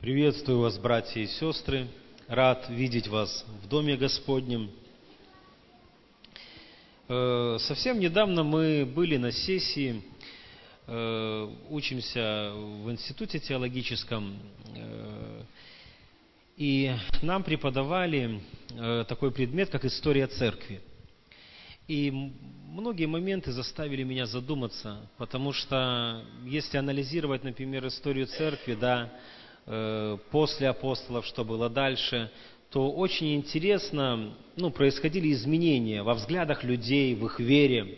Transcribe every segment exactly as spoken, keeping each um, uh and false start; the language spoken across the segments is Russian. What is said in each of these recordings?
Приветствую вас, братья и сестры. Рад видеть вас в Доме Господнем. Совсем недавно мы были на сессии, учимся в институте теологическом, и нам преподавали такой предмет, как история церкви. И многие моменты заставили меня задуматься, потому что если анализировать, например, историю церкви, да, после апостолов, что было дальше, то очень интересно, ну, происходили изменения во взглядах людей, в их вере.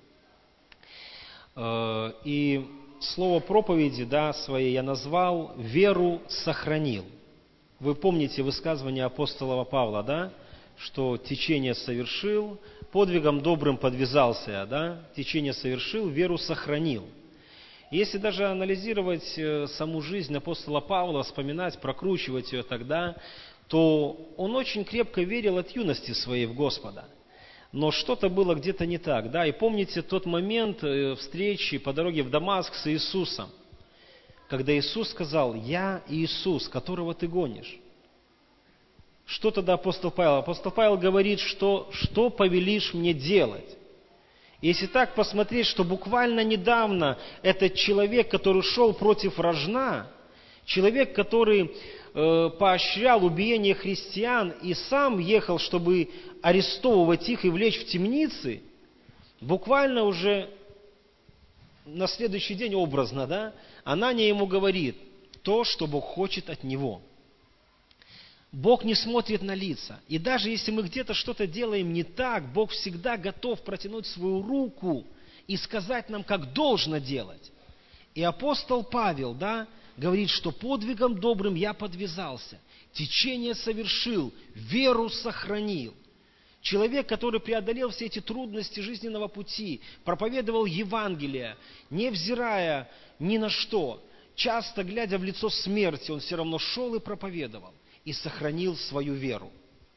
И слово проповеди, да, своей я назвал «веру сохранил». Вы помните высказывание апостола Павла, да, что течение совершил, подвигом добрым подвязался, да, течение совершил, веру сохранил. Если даже анализировать саму жизнь апостола Павла, вспоминать, прокручивать ее тогда, то он очень крепко верил от юности своей в Господа. Но что-то было где-то не так, да, и помните тот момент встречи по дороге в Дамаск с Иисусом, когда Иисус сказал: «Я Иисус, которого ты гонишь». Что тогда апостол Павел? Апостол Павел говорит, что «что повелишь мне делать?» Если так посмотреть, что буквально недавно этот человек, который шел против рожна, человек, который э, поощрял убиение христиан и сам ехал, чтобы арестовывать их и влечь в темницы, буквально уже на следующий день, образно, да, Анания ему говорит то, что Бог хочет от него. Бог не смотрит на лица. И даже если мы где-то что-то делаем не так, Бог всегда готов протянуть свою руку и сказать нам, как должно делать. И апостол Павел, да, говорит, что подвигом добрым я подвязался, течение совершил, веру сохранил. Человек, который преодолел все эти трудности жизненного пути, проповедовал Евангелие, невзирая ни на что, часто глядя в лицо смерти, он все равно шел и проповедовал. И сохранил свою веру.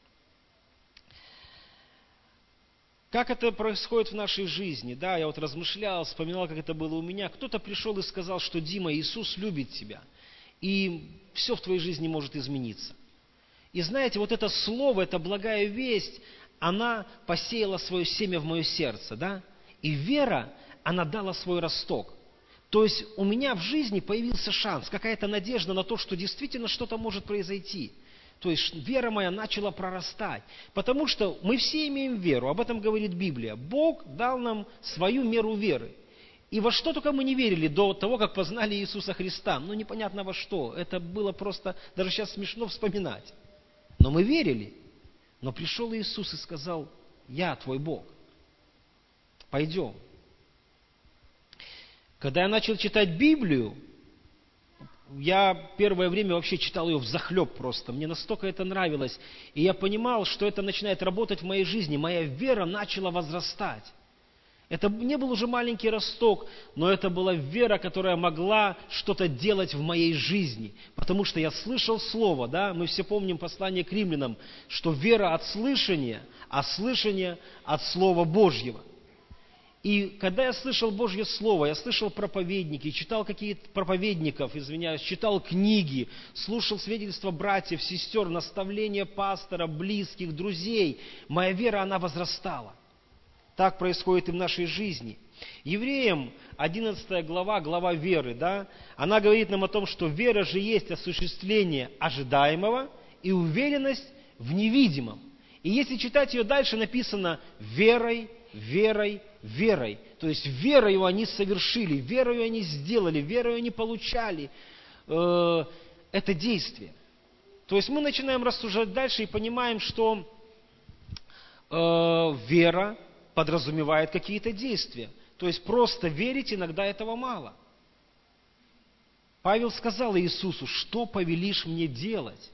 Как это происходит в нашей жизни? Да, я вот размышлял, вспоминал, как это было у меня. Кто-то пришел и сказал, что Дима, Иисус любит тебя, и все в твоей жизни может измениться. И знаете, вот это слово, эта благая весть, она посеяла свое семя в мое сердце, да? И вера, она дала свой росток. То есть у меня в жизни появился шанс, какая-то надежда на то, что действительно что-то может произойти. То есть вера моя начала прорастать. Потому что мы все имеем веру, об этом говорит Библия. Бог дал нам свою меру веры. И во что только мы не верили до того, как познали Иисуса Христа. Ну, непонятно во что. Это было просто, даже сейчас смешно вспоминать. Но мы верили. Но пришел Иисус и сказал: «Я твой Бог. Пойдем». Когда я начал читать Библию, я первое время вообще читал ее взахлеб просто. Мне настолько это нравилось. И я понимал, что это начинает работать в моей жизни. Моя вера начала возрастать. Это не был уже маленький росток, но это была вера, которая могла что-то делать в моей жизни. Потому что я слышал Слово, да, мы все помним послание к римлянам, что вера от слышания, а слышание от Слова Божьего. И когда я слышал Божье Слово, я слышал проповедники, читал какие-то проповедников, извиняюсь, читал книги, слушал свидетельства братьев, сестер, наставления пастора, близких, друзей, моя вера, она возрастала. Так происходит и в нашей жизни. Евреям одиннадцатая глава, глава веры, да, она говорит нам о том, что вера же есть осуществление ожидаемого и уверенность в невидимом. И если читать ее дальше, написано «верой, верой, верой». То есть верою они совершили, верою они сделали, верою они получали э, это действие. То есть мы начинаем рассуждать дальше и понимаем, что э, вера подразумевает какие-то действия. То есть просто верить иногда этого мало. Павел сказал Иисусу: «Что повелишь мне делать?»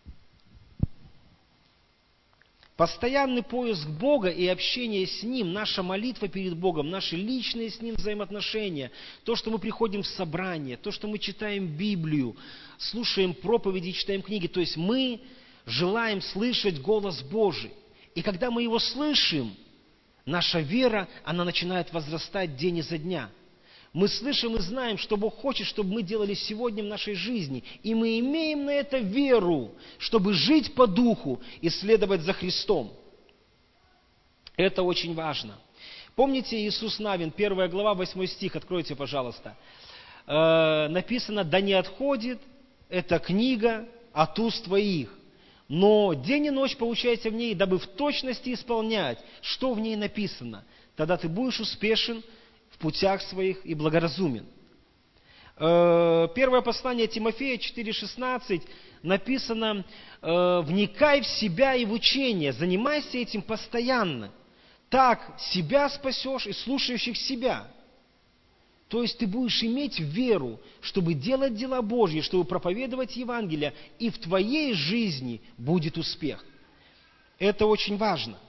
Постоянный поиск Бога и общение с Ним, наша молитва перед Богом, наши личные с Ним взаимоотношения, то, что мы приходим в собрание, то, что мы читаем Библию, слушаем проповеди, читаем книги, то есть мы желаем слышать голос Божий. И когда мы его слышим, наша вера, она начинает возрастать день изо дня. Мы слышим и знаем, что Бог хочет, чтобы мы делали сегодня в нашей жизни. И мы имеем на это веру, чтобы жить по духу и следовать за Христом. Это очень важно. Помните Иисус Навин, первая глава, восьмой стих, откройте, пожалуйста. Э, написано: «Да не отходит эта книга от уст твоих, но день и ночь получайся в ней, дабы в точности исполнять, что в ней написано. Тогда ты будешь успешен в путях своих и благоразумен». Первое послание Тимофея четыре шестнадцать написано: «Вникай в себя и в учение, занимайся этим постоянно. Так себя спасешь и слушающих себя». То есть ты будешь иметь веру, чтобы делать дела Божьи, чтобы проповедовать Евангелие, и в твоей жизни будет успех. Это очень важно.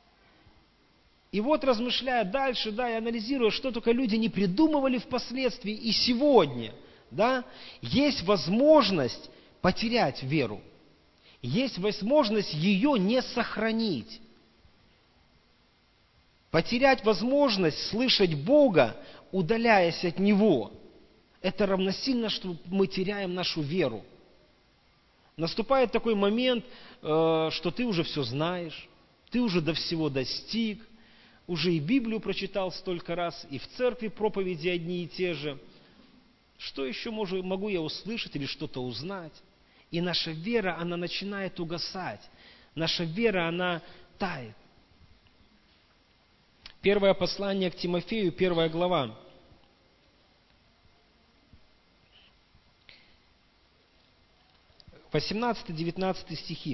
И вот, размышляя дальше, да, и анализируя, что только люди не придумывали впоследствии, и сегодня, да, есть возможность потерять веру. Есть возможность ее не сохранить. Потерять возможность слышать Бога, удаляясь от Него, это равносильно, что мы теряем нашу веру. Наступает такой момент, что ты уже все знаешь, ты уже до всего достиг, уже и Библию прочитал столько раз, и в церкви проповеди одни и те же. Что еще могу я услышать или что-то узнать? И наша вера, она начинает угасать. Наша вера, она тает. Первое послание к Тимофею, первая глава. восемнадцатый-девятнадцатый стихи.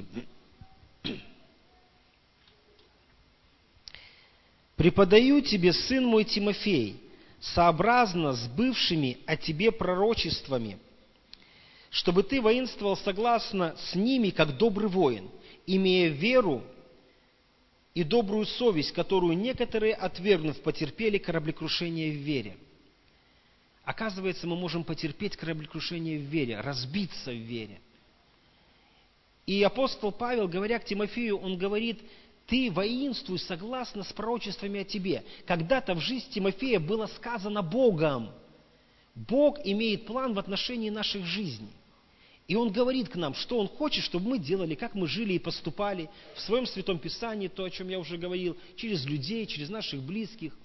«Преподаю тебе, сын мой Тимофей, сообразно с бывшими о тебе пророчествами, чтобы ты воинствовал согласно с ними, как добрый воин, имея веру и добрую совесть, которую некоторые, отвергнув, потерпели кораблекрушение в вере». Оказывается, мы можем потерпеть кораблекрушение в вере, разбиться в вере. И апостол Павел, говоря к Тимофею, он говорит: ты воинствуй согласно с пророчествами о тебе. Когда-то в жизнь Тимофея было сказано Богом. Бог имеет план в отношении наших жизней. И Он говорит к нам, что Он хочет, чтобы мы делали, как мы жили и поступали в Своем Святом Писании, то, о чем я уже говорил, через людей, через наших близких.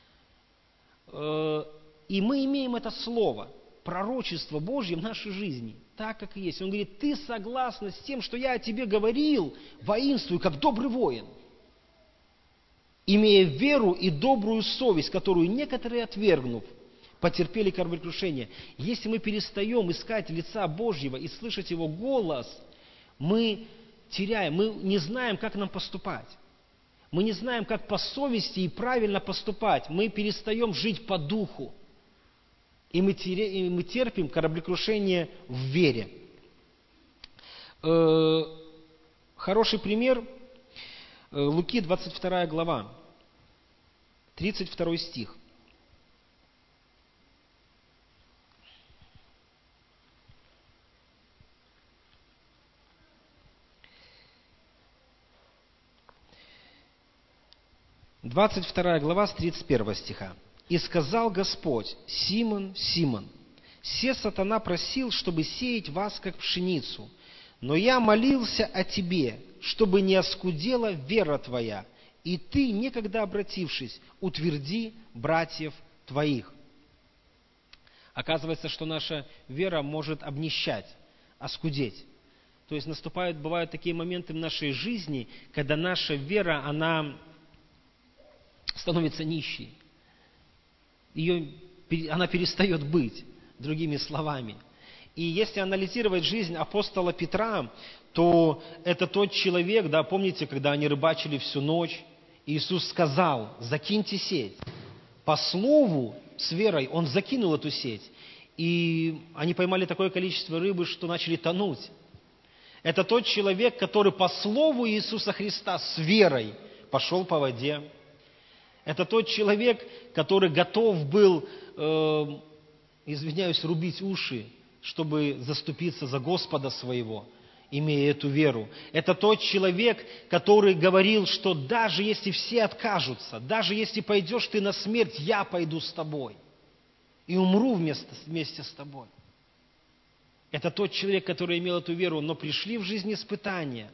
И мы имеем это слово, пророчество Божье в нашей жизни, так, как и есть. Он говорит: ты согласно с тем, что я о тебе говорил, воинствуй, как добрый воин, имея веру и добрую совесть, которую некоторые, отвергнув, потерпели кораблекрушение. Если мы перестаем искать лица Божьего и слышать Его голос, мы теряем, мы не знаем, как нам поступать. Мы не знаем, как по совести и правильно поступать. Мы перестаем жить по духу. И мы, теря... и мы терпим кораблекрушение в вере. Э-э- хороший пример. Луки, двадцать вторая глава, тридцать второй стих. двадцать вторая глава с тридцать первого стиха. «И сказал Господь: Симон, Симон, се сатана просил, чтобы сеять вас, как пшеницу, но я молился о тебе, чтобы не оскудела вера твоя, и ты, некогда обратившись, утверди братьев твоих». Оказывается, что наша вера может обнищать, оскудеть. То есть наступают, бывают такие моменты в нашей жизни, когда наша вера, она становится нищей. Ее, она перестает быть, другими словами. И если анализировать жизнь апостола Петра, то это тот человек, да, помните, когда они рыбачили всю ночь, Иисус сказал: закиньте сеть. По слову, с верой, он закинул эту сеть. И они поймали такое количество рыбы, что начали тонуть. Это тот человек, который по слову Иисуса Христа с верой пошел по воде. Это тот человек, который готов был, э, извиняюсь, рубить уши, чтобы заступиться за Господа своего, имея эту веру. Это тот человек, который говорил, что даже если все откажутся, даже если пойдешь ты на смерть, я пойду с тобой. и умру вместе, вместе с тобой. Это тот человек, который имел эту веру, но пришли в жизнь испытания,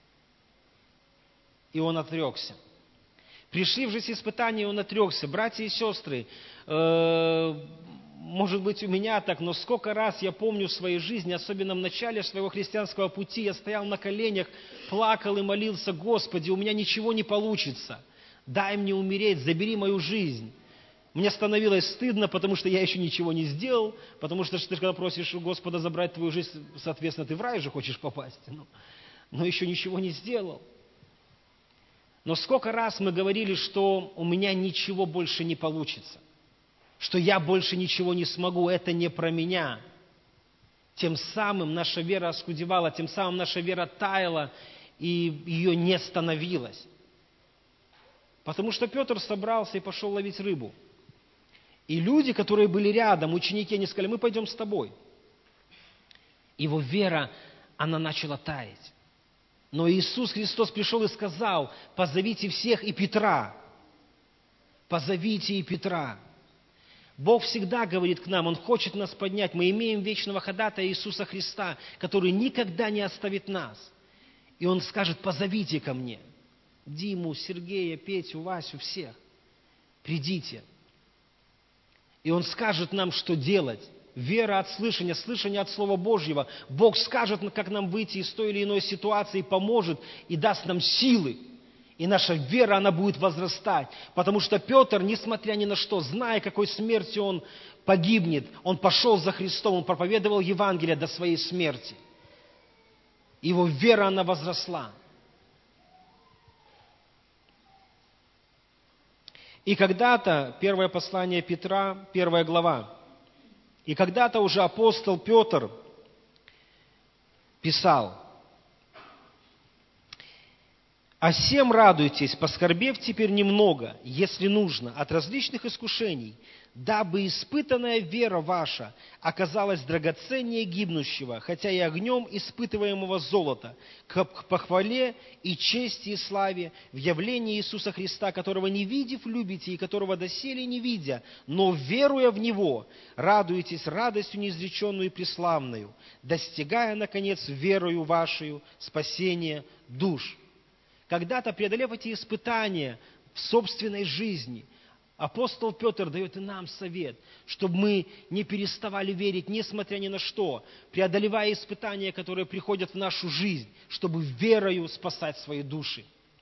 и он отрекся. Пришли в жизнь испытания, и он отрекся. Братья и сестры, э, может быть, у меня так, но сколько раз я помню в своей жизни, особенно в начале своего христианского пути, я стоял на коленях, плакал и молился: Господи, у меня ничего не получится. Дай мне умереть, забери мою жизнь. Мне становилось стыдно, потому что я еще ничего не сделал, потому что ты, когда просишь у Господа забрать твою жизнь, соответственно, ты в рай же хочешь попасть, но, но еще ничего не сделал. Но сколько раз мы говорили, что у меня ничего больше не получится, что я больше ничего не смогу, это не про меня. Тем самым наша вера оскудевала, тем самым наша вера таяла, и ее не становилось. Потому что Петр собрался и пошел ловить рыбу. И люди, которые были рядом, ученики, они сказали: мы пойдем с тобой. Его вера, она начала таять. Но Иисус Христос пришел и сказал: позовите всех и Петра. Позовите и Петра. Бог всегда говорит к нам, Он хочет нас поднять. Мы имеем вечного ходатая Иисуса Христа, который никогда не оставит нас. И Он скажет: позовите ко мне Диму, Сергея, Петю, Васю, всех. Придите. И Он скажет нам, что делать. Вера от слышания, слышание от Слова Божьего. Бог скажет, как нам выйти из той или иной ситуации, поможет и даст нам силы. И наша вера, она будет возрастать. Потому что Петр, несмотря ни на что, зная, какой смертью он погибнет, он пошел за Христом, он проповедовал Евангелие до своей смерти. Его вера, она возросла. И когда-то, первое послание Петра, первая глава, и когда-то уже апостол Петр писал: «О сем радуйтесь, поскорбев теперь немного, если нужно, от различных искушений, дабы испытанная вера ваша оказалась драгоценнее гибнущего, хотя и огнем испытываемого золота, к похвале и чести и славе в явлении Иисуса Христа, которого не видев любите и которого доселе не видя, но веруя в Него, радуетесь радостью неизреченную и преславную, достигая, наконец, верою вашей спасения душ». Когда-то, преодолев эти испытания в собственной жизни, апостол Петр дает и нам совет, чтобы мы не переставали верить, несмотря ни на что, преодолевая испытания, которые приходят в нашу жизнь, чтобы верою спасать свои души.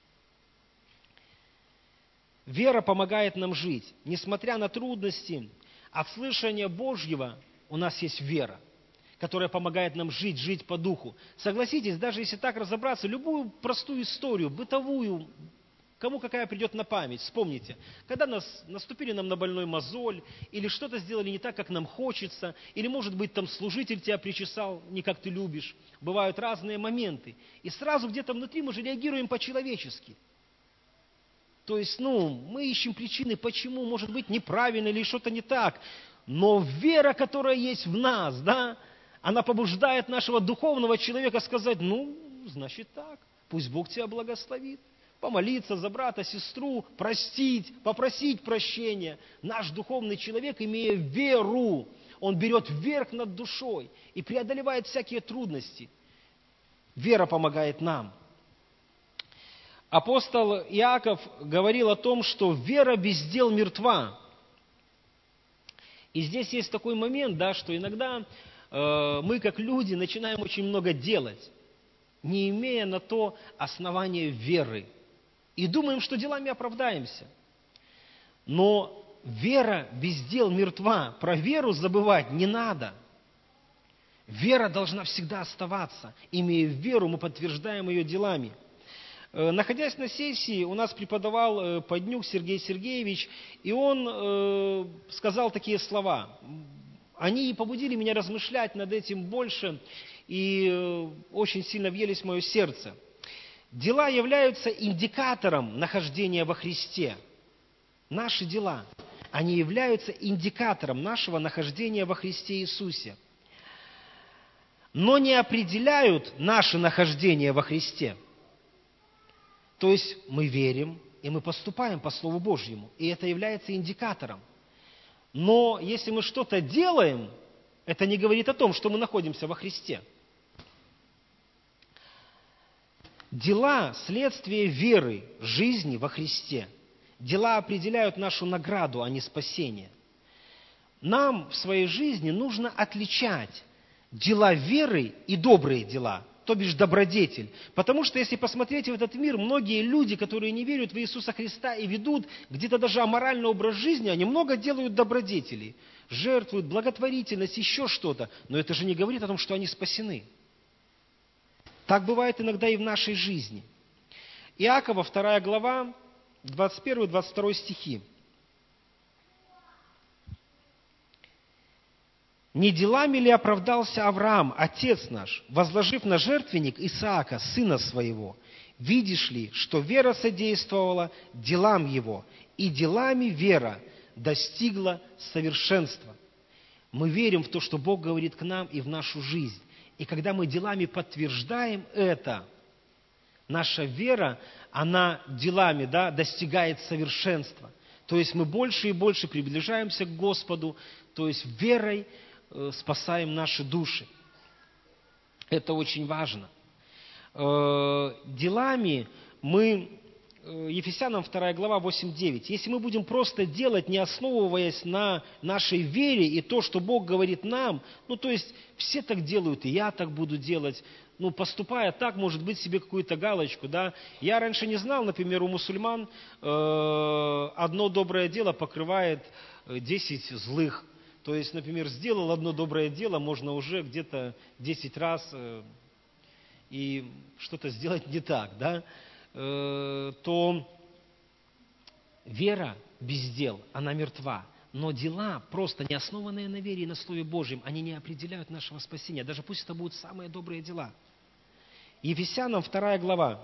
Вера помогает нам жить. Несмотря на трудности, от слышания Божьего у нас есть вера, которая помогает нам жить, жить по духу. Согласитесь, даже если так разобраться, любую простую историю, бытовую, кому какая придет на память, вспомните. Когда нас наступили нам на больной мозоль, или что-то сделали не так, как нам хочется, или, может быть, там служитель тебя причесал не как ты любишь. Бывают разные моменты. И сразу где-то внутри мы же реагируем по-человечески. То есть, ну, мы ищем причины, почему, может быть, неправильно или что-то не так. Но вера, которая есть в нас, да, она побуждает нашего духовного человека сказать: ну, значит так, пусть Бог тебя благословит. Помолиться за брата, сестру, простить, попросить прощения. Наш духовный человек, имея веру, он берет верх над душой и преодолевает всякие трудности. Вера помогает нам. Апостол Иаков говорил о том, что вера без дел мертва. И здесь есть такой момент, да, что иногда э, мы, как люди, начинаем очень много делать, не имея на то основания веры. И думаем, что делами оправдаемся. Но вера без дел мертва. Про веру забывать не надо. Вера должна всегда оставаться. Имея веру, мы подтверждаем ее делами. Находясь на сессии, у нас преподавал Поднюк Сергей Сергеевич, и он э, сказал такие слова. Они побудили меня размышлять над этим больше, и э, очень сильно въелись в мое сердце. Дела являются индикатором нахождения во Христе. Наши дела, они являются индикатором нашего нахождения во Христе Иисусе. Но не определяют наше нахождение во Христе. То есть мы верим, и мы поступаем по Слову Божьему, и это является индикатором. Но если мы что-то делаем, это не говорит о том, что мы находимся во Христе. Дела – следствие веры, жизни во Христе. Дела определяют нашу награду, а не спасение. Нам в своей жизни нужно отличать дела веры и добрые дела, то бишь добродетель. Потому что если посмотреть в этот мир, многие люди, которые не верят в Иисуса Христа и ведут где-то даже аморальный образ жизни, они много делают добродетелей, жертвуют, благотворительность, еще что-то. Но это же не говорит о том, что они спасены. Так бывает иногда и в нашей жизни. Иакова, вторая глава, двадцать первый двадцать второй стихи. «Не делами ли оправдался Авраам, отец наш, возложив на жертвенник Исаака, сына своего? Видишь ли, что вера содействовала делам его, и делами вера достигла совершенства». Мы верим в то, что Бог говорит к нам и в нашу жизнь. И когда мы делами подтверждаем это, наша вера, она делами, да, достигает совершенства. То есть мы больше и больше приближаемся к Господу, то есть верой э, спасаем наши души. Это очень важно. Э, делами мы, э, Ефесянам вторая глава восемь девять, если мы будем просто делать, не основываясь на нашей вере и то, что Бог говорит нам, ну то есть все так делают, и я так буду делать, ну, поступая так, может быть, себе какую-то галочку, да. Я раньше не знал, например, у мусульман э, одно доброе дело покрывает десять злых. То есть, например, сделал одно доброе дело, можно уже где-то десять раз э, и что-то сделать не так, да. Э, то вера без дел, она мертва. Но дела, просто не основанные на вере и на Слове Божьем, они не определяют нашего спасения, даже пусть это будут самые добрые дела. Ефесянам вторая глава,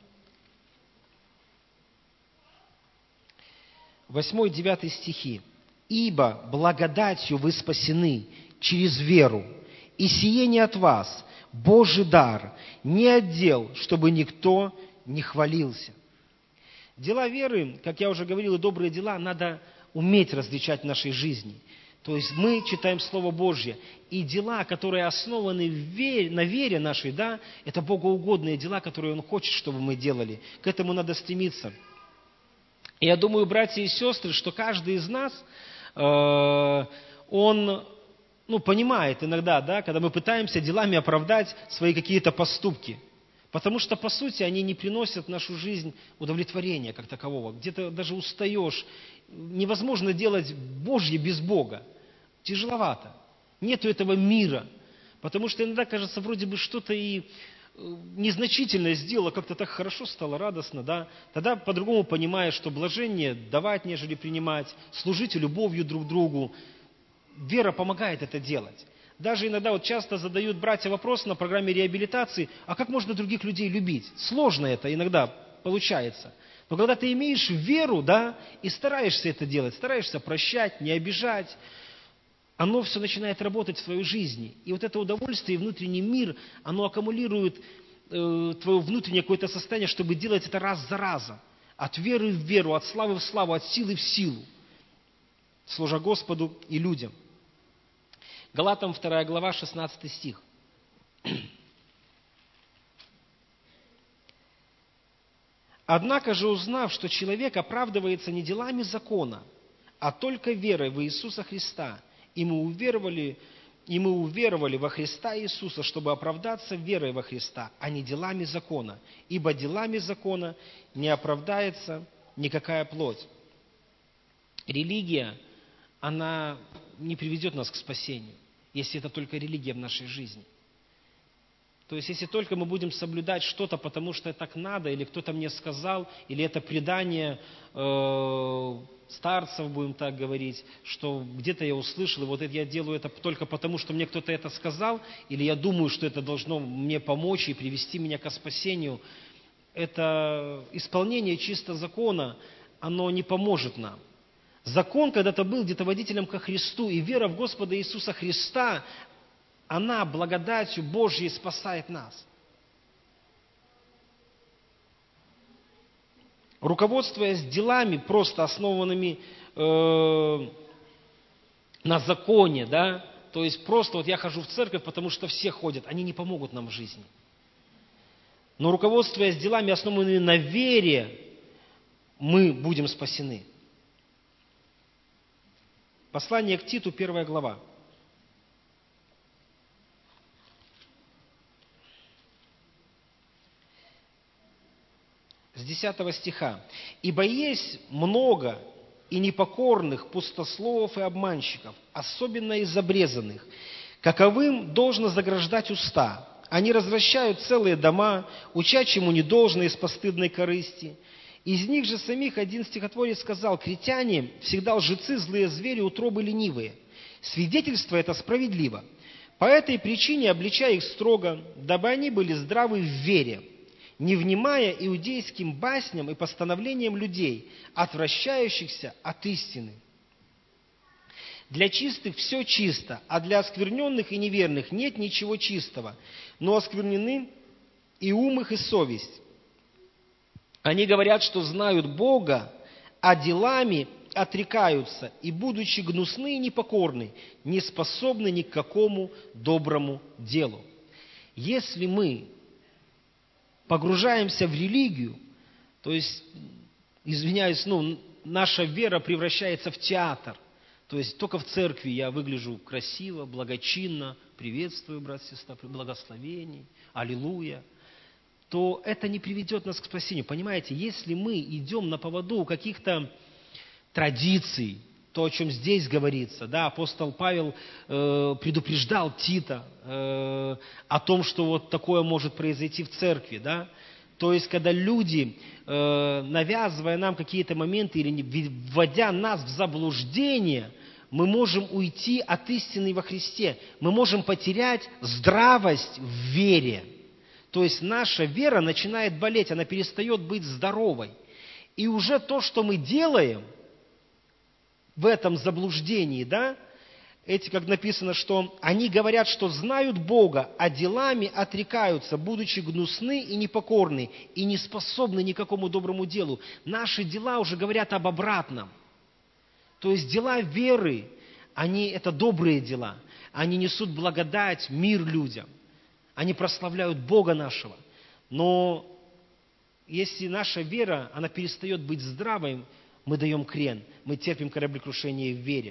восьмой-девятый стихи. «Ибо благодатью вы спасены через веру, и сие не от вас, Божий дар, не от дел, чтобы никто не хвалился». Дела веры, как я уже говорил, и добрые дела надо уметь различать в нашей жизни. То есть мы читаем Слово Божье, и дела, которые основаны в вере, на вере нашей, да, это богоугодные дела, которые Он хочет, чтобы мы делали. К этому надо стремиться. И я думаю, братья и сестры, что каждый из нас, э, он ну, понимает иногда, да, когда мы пытаемся делами оправдать свои какие-то поступки. Потому что, по сути, они не приносят в нашу жизнь удовлетворения как такового. Где-то даже устаешь. Невозможно делать Божье без Бога. Тяжеловато. Нету этого мира. Потому что иногда кажется, вроде бы что-то и незначительное сделала, как-то так хорошо стало, радостно, да. Тогда по-другому понимаешь, что блажение давать, нежели принимать, служите любовью друг другу. Вера помогает это делать. Даже иногда вот часто задают братья вопрос на программе реабилитации, а как можно других людей любить? Сложно это иногда получается. Но когда ты имеешь веру, да, и стараешься это делать, стараешься прощать, не обижать, оно все начинает работать в твоей жизни. И вот это удовольствие и внутренний мир, оно аккумулирует э, твое внутреннее какое-то состояние, чтобы делать это раз за разом. От веры в веру, от славы в славу, от силы в силу. Служа Господу и людям. Галатам вторая глава, шестнадцатый стих. «Однако же, узнав, что человек оправдывается не делами закона, а только верой в Иисуса Христа, и мы уверовали, и мы уверовали во Христа Иисуса, чтобы оправдаться верой во Христа, а не делами закона, ибо делами закона не оправдается никакая плоть». Религия, она не приведет нас к спасению, если это только религия в нашей жизни. То есть, если только мы будем соблюдать что-то, потому что так надо, или кто-то мне сказал, или это предание э, старцев, будем так говорить, что где-то я услышал, и вот это я делаю это только потому, что мне кто-то это сказал, или я думаю, что это должно мне помочь и привести меня к спасению, это исполнение чисто закона, оно не поможет нам. Закон когда-то был где-то водителем ко Христу, и вера в Господа Иисуса Христа, она благодатью Божьей спасает нас. Руководствуясь делами, просто основанными э, на законе, да, то есть просто вот я хожу в церковь, потому что все ходят, они не помогут нам в жизни. Но руководствуясь делами, основанными на вере, мы будем спасены. Послание к Титу, первая глава. С десятого стиха. «Ибо есть много и непокорных пустословов и обманщиков, особенно из обрезанных, каковым должно заграждать уста. Они развращают целые дома, уча чему не должно из постыдной корысти. Из них же самих один стихотворец сказал: критяне всегда лжецы, злые звери, утробы ленивые. Свидетельство это справедливо. По этой причине обличай их строго, дабы они были здравы в вере, не внимая иудейским басням и постановлениям людей, отвращающихся от истины. Для чистых все чисто, а для оскверненных и неверных нет ничего чистого, но осквернены и ум их, и совесть. Они говорят, что знают Бога, а делами отрекаются, и, будучи гнусны и непокорны, не способны ни к какому доброму делу». Если мы погружаемся в религию, то есть, извиняюсь, ну, наша вера превращается в театр. То есть только в церкви я выгляжу красиво, благочинно, приветствую, брат, сестра, благословений, аллилуйя, то это не приведет нас к спасению. Понимаете, если мы идем на поводу у каких-то традиций, то, о чем здесь говорится, да, апостол Павел э, предупреждал Тита э, о том, что вот такое может произойти в церкви, да. То есть, когда люди, э, навязывая нам какие-то моменты или вводя нас в заблуждение, мы можем уйти от истины во Христе. Мы можем потерять здравость в вере. То есть, наша вера начинает болеть, она перестает быть здоровой. И уже то, что мы делаем в этом заблуждении, да, эти, как написано, что они говорят, что знают Бога, а делами отрекаются, будучи гнусны и непокорны, и не способны ни к какому доброму делу. Наши дела уже говорят об обратном. То есть дела веры, они это добрые дела. Они несут благодать, мир людям. Они прославляют Бога нашего. Но если наша вера, она перестает быть здравой, мы даем крен, мы терпим кораблекрушение в вере.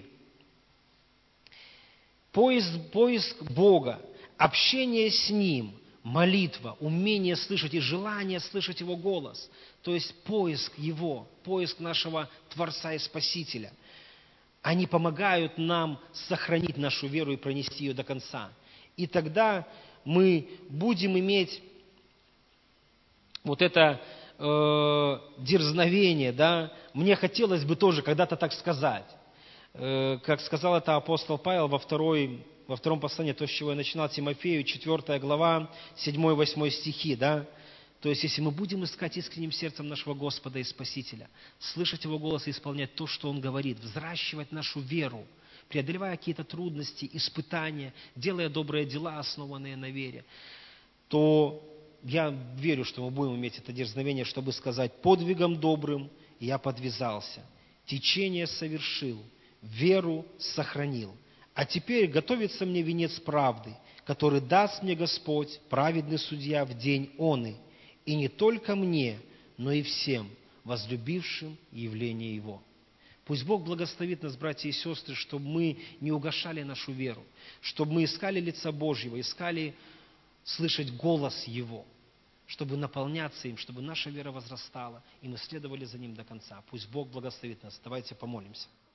Поиск, поиск Бога, общение с Ним, молитва, умение слышать и желание слышать Его голос, то есть поиск Его, поиск нашего Творца и Спасителя, они помогают нам сохранить нашу веру и пронести ее до конца. И тогда мы будем иметь вот это э, дерзновение, да. Мне хотелось бы тоже когда-то так сказать. Как сказал это апостол Павел во, второй, во втором послании, то, с чего я начинал, Тимофею, четвёртая глава, седьмой-восьмой стихи, да? То есть, если мы будем искать искренним сердцем нашего Господа и Спасителя, слышать Его голос и исполнять то, что Он говорит, взращивать нашу веру, преодолевая какие-то трудности, испытания, делая добрые дела, основанные на вере, то я верю, что мы будем иметь это дерзновение, чтобы сказать: подвигом добрым я подвязался, течение совершил, веру сохранил. А теперь готовится мне венец правды, который даст мне Господь, праведный судья, в день оны, и не только мне, но и всем, возлюбившим явление Его. Пусть Бог благословит нас, братья и сестры, чтобы мы не угашали нашу веру, чтобы мы искали лица Божьего, искали слышать голос Его, чтобы наполняться им, чтобы наша вера возрастала, и мы следовали за Ним до конца. Пусть Бог благословит нас. Давайте помолимся.